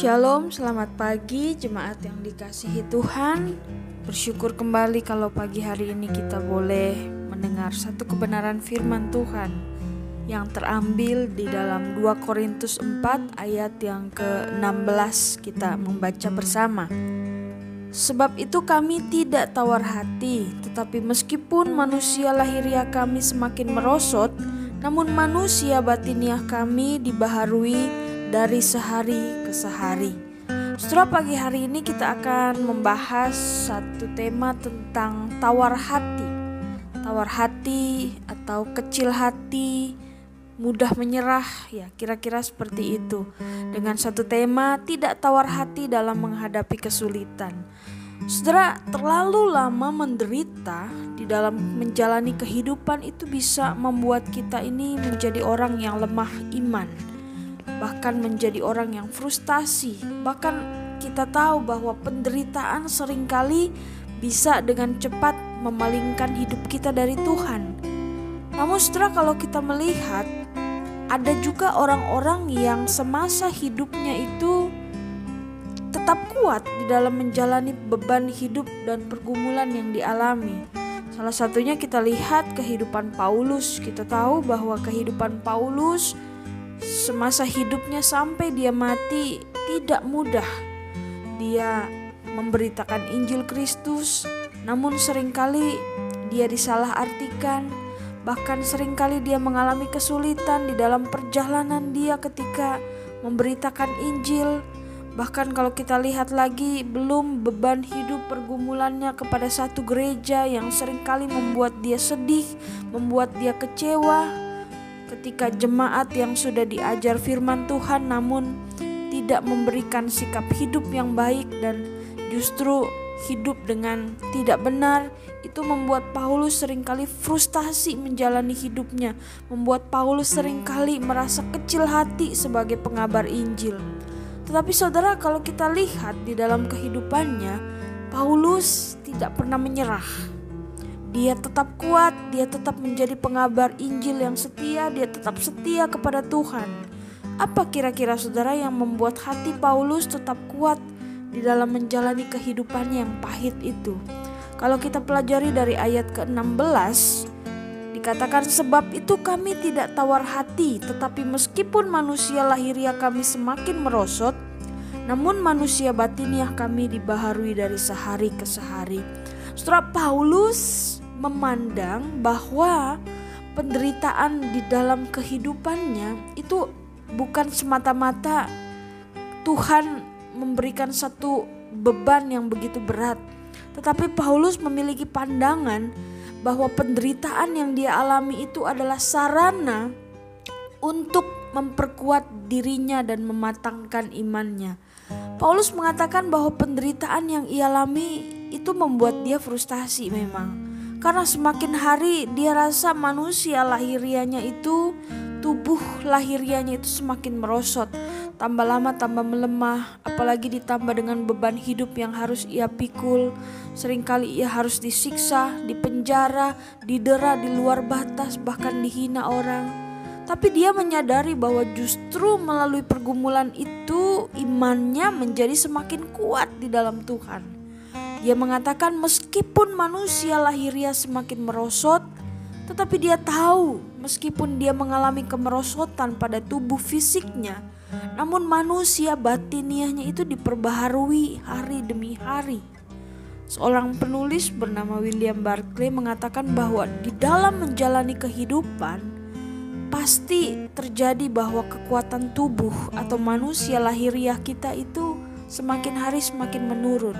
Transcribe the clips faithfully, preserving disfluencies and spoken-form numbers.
Shalom, selamat pagi jemaat yang dikasihi Tuhan. Bersyukur kembali kalau pagi hari ini kita boleh mendengar satu kebenaran firman Tuhan yang terambil di dalam dua Korintus empat ayat yang ke enam belas. Kita membaca bersama. Sebab itu kami tidak tawar hati, tetapi meskipun manusia lahiriah kami semakin merosot, namun manusia batiniah kami dibaharui dari sehari ke sehari. Setelah pagi hari ini kita akan membahas satu tema tentang tawar hati. Tawar hati atau kecil hati, mudah menyerah, ya kira-kira seperti itu. Dengan satu tema tidak tawar hati dalam menghadapi kesulitan. Saudara, terlalu lama menderita di dalam menjalani kehidupan itu bisa membuat kita ini menjadi orang yang lemah iman. Bahkan menjadi orang yang frustasi. Bahkan kita tahu bahwa penderitaan seringkali bisa dengan cepat memalingkan hidup kita dari Tuhan. Namun setelah kalau kita melihat, ada juga orang-orang yang semasa hidupnya itu tetap kuat di dalam menjalani beban hidup dan pergumulan yang dialami. Salah satunya kita lihat kehidupan Paulus. Kita tahu bahwa kehidupan Paulus semasa hidupnya sampai dia mati tidak mudah. Dia memberitakan Injil Kristus, namun seringkali dia disalahartikan. Bahkan seringkali dia mengalami kesulitan di dalam perjalanan dia ketika memberitakan Injil. Bahkan kalau kita lihat lagi, belum beban hidup pergumulannya kepada satu gereja yang seringkali membuat dia sedih, membuat dia kecewa. Ketika jemaat yang sudah diajar firman Tuhan namun tidak memberikan sikap hidup yang baik dan justru hidup dengan tidak benar, itu membuat Paulus seringkali frustasi menjalani hidupnya, membuat Paulus seringkali merasa kecil hati sebagai pengabar Injil. Tetapi saudara, kalau kita lihat di dalam kehidupannya, Paulus tidak pernah menyerah. Dia tetap kuat, dia tetap menjadi pengabar Injil yang setia, dia tetap setia kepada Tuhan. Apa kira-kira saudara yang membuat hati Paulus tetap kuat di dalam menjalani kehidupan yang pahit itu? Kalau kita pelajari dari ayat ke enam belas, dikatakan sebab itu kami tidak tawar hati, tetapi meskipun manusia lahiriah kami semakin merosot, namun manusia batiniah kami dibaharui dari sehari ke sehari. Saudara, Paulus memandang bahwa penderitaan di dalam kehidupannya itu bukan semata-mata Tuhan memberikan satu beban yang begitu berat. Tetapi Paulus memiliki pandangan bahwa penderitaan yang dia alami itu adalah sarana untuk memperkuat dirinya dan mematangkan imannya. Paulus mengatakan bahwa penderitaan yang ia alami itu membuat dia frustasi memang. Karena semakin hari dia rasa manusia lahiriahnya itu, tubuh lahiriahnya itu semakin merosot. Tambah lama tambah melemah, apalagi ditambah dengan beban hidup yang harus ia pikul. Seringkali ia harus disiksa, dipenjara, didera di luar batas, bahkan dihina orang. Tapi dia menyadari bahwa justru melalui pergumulan itu imannya menjadi semakin kuat di dalam Tuhan. Dia mengatakan meskipun manusia lahiriah semakin merosot, tetapi dia tahu meskipun dia mengalami kemerosotan pada tubuh fisiknya, namun manusia batiniahnya itu diperbaharui hari demi hari. Seorang penulis bernama William Barclay mengatakan bahwa di dalam menjalani kehidupan pasti terjadi bahwa kekuatan tubuh atau manusia lahiriah kita itu semakin hari semakin menurun.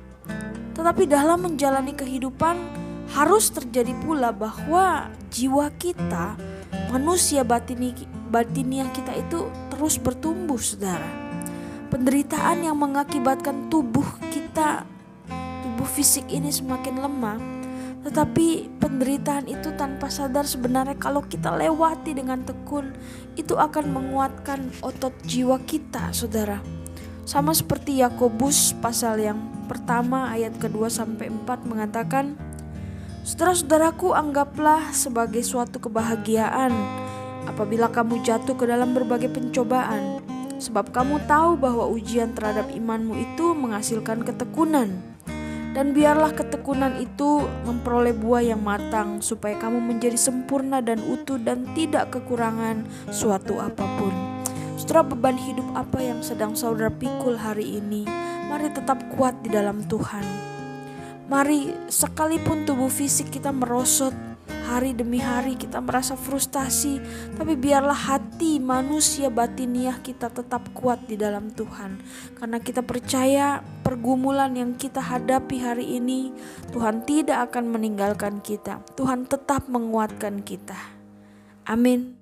Tetapi dalam menjalani kehidupan harus terjadi pula bahwa jiwa kita, manusia batini, batiniah kita itu terus bertumbuh, saudara. Penderitaan yang mengakibatkan tubuh kita, tubuh fisik ini semakin lemah. Tetapi penderitaan itu tanpa sadar sebenarnya kalau kita lewati dengan tekun, itu akan menguatkan otot jiwa kita, saudara. Sama seperti Yakobus pasal yang pertama ayat kedua sampai empat mengatakan, saudara-saudaraku, anggaplah sebagai suatu kebahagiaan apabila kamu jatuh ke dalam berbagai pencobaan, sebab kamu tahu bahwa ujian terhadap imanmu itu menghasilkan ketekunan. Dan biarlah ketekunan itu memperoleh buah yang matang, supaya kamu menjadi sempurna dan utuh dan tidak kekurangan suatu apapun. Saudara, beban hidup apa yang sedang saudara pikul hari ini, mari tetap kuat di dalam Tuhan. Mari, sekalipun tubuh fisik kita merosot, hari demi hari kita merasa frustasi, tapi biarlah hati manusia batiniah kita tetap kuat di dalam Tuhan. Karena kita percaya pergumulan yang kita hadapi hari ini, Tuhan tidak akan meninggalkan kita. Tuhan tetap menguatkan kita. Amin.